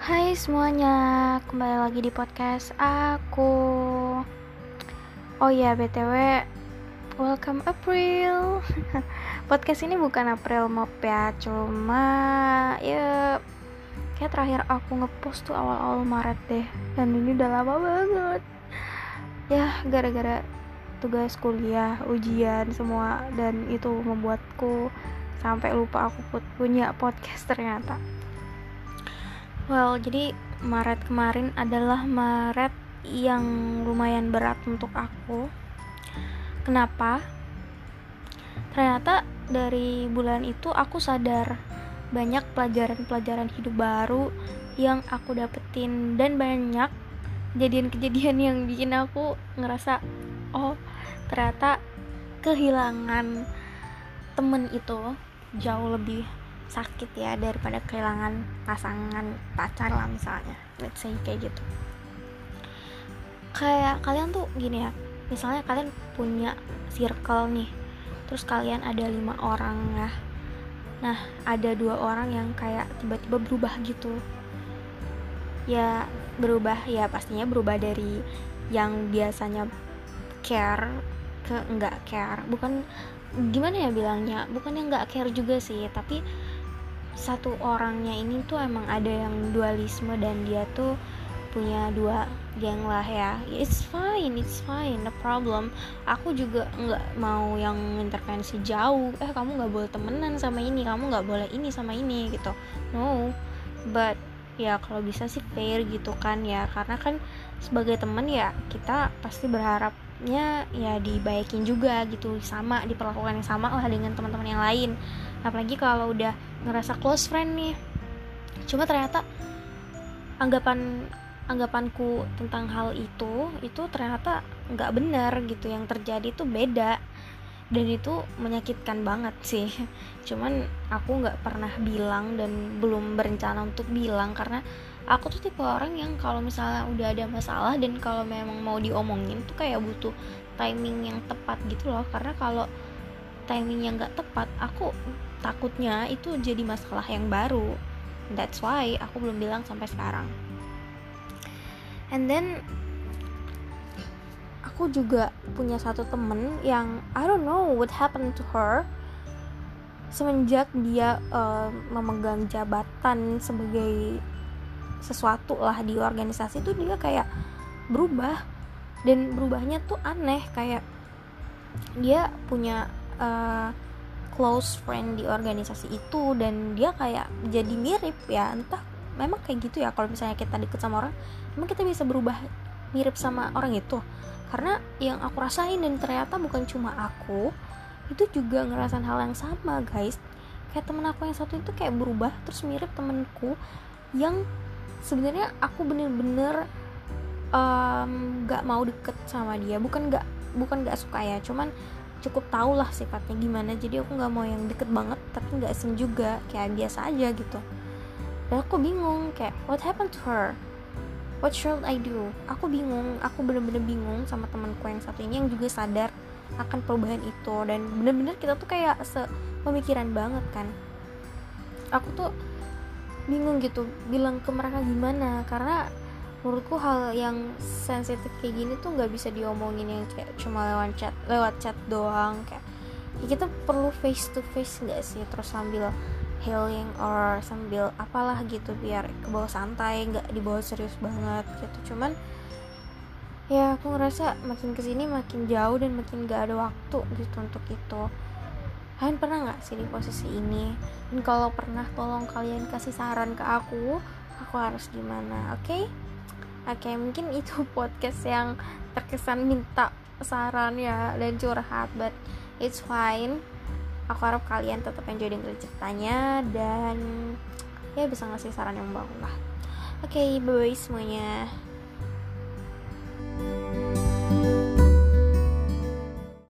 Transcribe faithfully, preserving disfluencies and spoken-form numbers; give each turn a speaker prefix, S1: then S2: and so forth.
S1: Hai semuanya, kembali lagi di podcast aku. Oh ya, B T W, welcome April. Podcast ini bukan April Mop ya, cuma ya kayak terakhir aku ngepost tuh awal-awal Maret deh. Dan ini udah lama banget. Ya, gara-gara tugas kuliah, ujian semua, dan itu membuatku sampai lupa aku punya podcast ternyata. Well, jadi Maret kemarin adalah Maret yang lumayan berat untuk aku. Kenapa? Ternyata dari bulan itu aku sadar banyak pelajaran-pelajaran hidup baru yang aku dapetin, dan banyak kejadian-kejadian yang bikin aku ngerasa, oh ternyata kehilangan temen itu jauh lebih sakit ya daripada kehilangan pasangan pacar lah misalnya, let's say kayak gitu. Kayak kalian tuh gini ya, misalnya kalian punya circle nih, terus kalian ada lima orang ya. Nah, ada dua orang yang kayak tiba-tiba berubah gitu. Ya berubah, ya pastinya berubah dari yang biasanya care ke enggak care. Bukan gimana ya bilangnya, bukan yang enggak care juga sih, tapi satu orangnya ini tuh emang ada yang dualisme dan dia tuh punya dua geng lah ya. It's fine, it's fine, no problem. Aku juga nggak mau yang intervensi jauh. Eh kamu nggak boleh temenan sama ini, kamu nggak boleh ini sama ini gitu. No, but ya kalau bisa sih fair gitu kan ya. Karena kan sebagai teman ya kita pasti berharapnya ya dibaikin juga gitu, sama diperlakukan yang sama lah dengan teman-teman yang lain. Apalagi kalau udah ngerasa close friend nih. Cuma ternyata anggapan anggapanku tentang hal itu itu ternyata nggak benar gitu. Yang terjadi tuh beda, dan itu menyakitkan banget sih. Cuman aku nggak pernah bilang dan belum berencana untuk bilang, karena aku tuh tipe orang yang kalau misalnya udah ada masalah dan kalau memang mau diomongin tuh kayak butuh timing yang tepat gitu loh. Karena kalau timing yang nggak tepat, aku takutnya itu jadi masalah yang baru. That's why aku belum bilang sampai sekarang. And then aku juga punya satu temen yang I don't know what happened to her. Semenjak dia uh, memegang jabatan sebagai sesuatu lah di organisasi tuh dia kayak berubah. Dan berubahnya tuh aneh, kayak dia punya uh, close friend di organisasi itu, dan dia kayak jadi mirip ya, entah memang kayak gitu ya. Kalau misalnya kita deket sama orang, emang kita bisa berubah mirip sama orang itu. Karena yang aku rasain, dan ternyata bukan cuma aku, itu juga ngerasain hal yang sama guys. Kayak temen aku yang satu itu kayak berubah terus mirip temenku yang sebenarnya aku bener-bener um, gak mau deket sama dia. Bukan gak bukan gak suka ya, cuman cukup tau lah sifatnya gimana. Jadi aku gak mau yang deket banget tapi gak asing juga, kayak biasa aja gitu. Dan aku bingung kayak what happened to her, what should I do. Aku bingung, aku bener-bener bingung sama temanku yang satu ini yang juga sadar akan perubahan itu. Dan bener-bener kita tuh kayak sepemikiran banget kan. Aku tuh bingung gitu bilang ke mereka gimana, karena menurutku hal yang sensitif kayak gini tuh nggak bisa diomongin yang kayak cuma lewat chat lewat chat doang. Kayak ya kita perlu face to face nggak sih, terus sambil healing or sambil apalah gitu, biar ke bawah santai, nggak dibawa serius banget gitu. Cuman ya aku ngerasa makin kesini makin jauh dan makin nggak ada waktu gitu untuk itu. Kalian pernah nggak sih di posisi ini? Dan kalau pernah, tolong kalian kasih saran ke aku aku harus gimana. Oke okay? Oke, okay, mungkin itu podcast yang terkesan minta saran ya dan curhat, but it's fine. Aku harap kalian tetap enjoy dengan ceritanya dan ya bisa ngasih saran yang bagus lah. Oke, okay, bye bye semuanya.